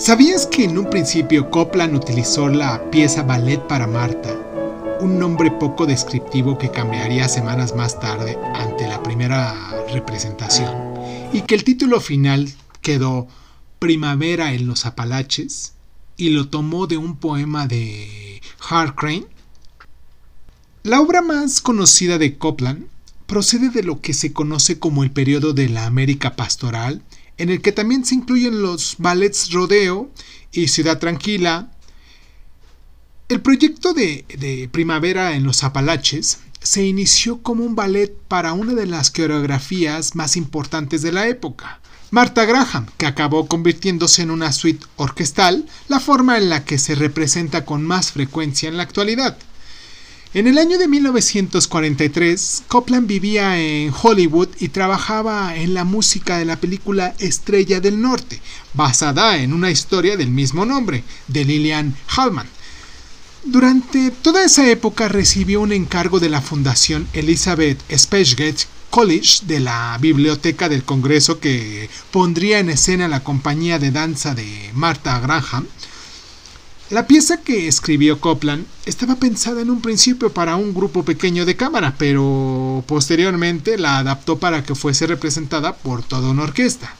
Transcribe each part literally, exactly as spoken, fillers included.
¿Sabías que en un principio Copland utilizó la pieza Ballet para Marta, un nombre poco descriptivo que cambiaría semanas más tarde ante la primera representación, y que el título final quedó Primavera en los Apalaches, y lo tomó de un poema de Hart Crane? La obra más conocida de Copland procede de lo que se conoce como el periodo de la América pastoral, en el que también se incluyen los ballets Rodeo y Ciudad Tranquila. El proyecto de, de Primavera en los Apalaches se inició como un ballet para una de las coreografías más importantes de la época, Martha Graham, que acabó convirtiéndose en una suite orquestal, la forma en la que se representa con más frecuencia en la actualidad. En el año de mil novecientos cuarenta y tres, Copland vivía en Hollywood y trabajaba en la música de la película Estrella del Norte, basada en una historia del mismo nombre, de Lillian Hallman. Durante toda esa época recibió un encargo de la Fundación Elizabeth Spagate College de la Biblioteca del Congreso que pondría en escena la compañía de danza de Martha Graham. La pieza que escribió Copland estaba pensada en un principio para un grupo pequeño de cámara, pero posteriormente la adaptó para que fuese representada por toda una orquesta.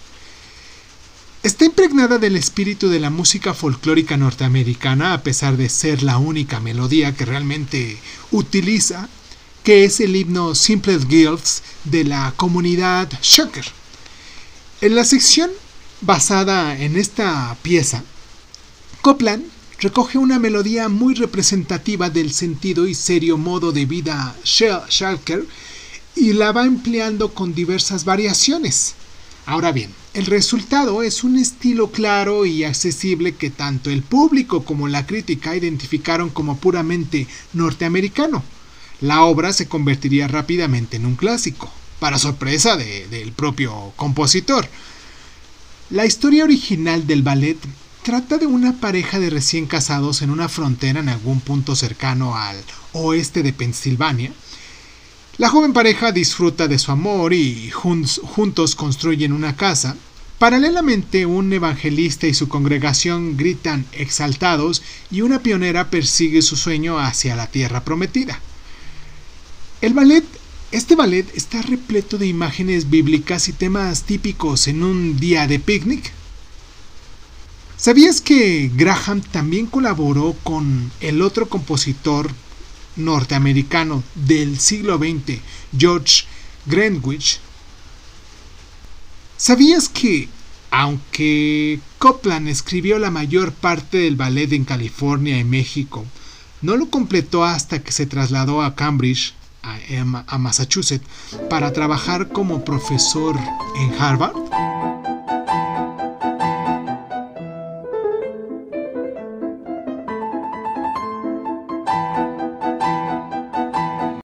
Está impregnada del espíritu de la música folclórica norteamericana, a pesar de ser la única melodía que realmente utiliza, que es el himno Simple Girls de la comunidad Shaker. En la sección basada en esta pieza, Copland recoge una melodía muy representativa del sentido y serio modo de vida Shaker y la va empleando con diversas variaciones. Ahora bien, el resultado es un estilo claro y accesible que tanto el público como la crítica identificaron como puramente norteamericano. La obra se convertiría rápidamente en un clásico, para sorpresa de, del propio compositor. La historia original del ballet trata de una pareja de recién casados en una frontera en algún punto cercano al oeste de Pensilvania. La joven pareja disfruta de su amor y juntos construyen una casa. Paralelamente, un evangelista y su congregación gritan exaltados y una pionera persigue su sueño hacia la tierra prometida. El ballet, este ballet está repleto de imágenes bíblicas y temas típicos en un día de picnic. ¿Sabías que Graham también colaboró con el otro compositor norteamericano del siglo veinte, George Greenwich? ¿Sabías que, aunque Copland escribió la mayor parte del ballet en California y México, no lo completó hasta que se trasladó a Cambridge, a, a Massachusetts, para trabajar como profesor en Harvard?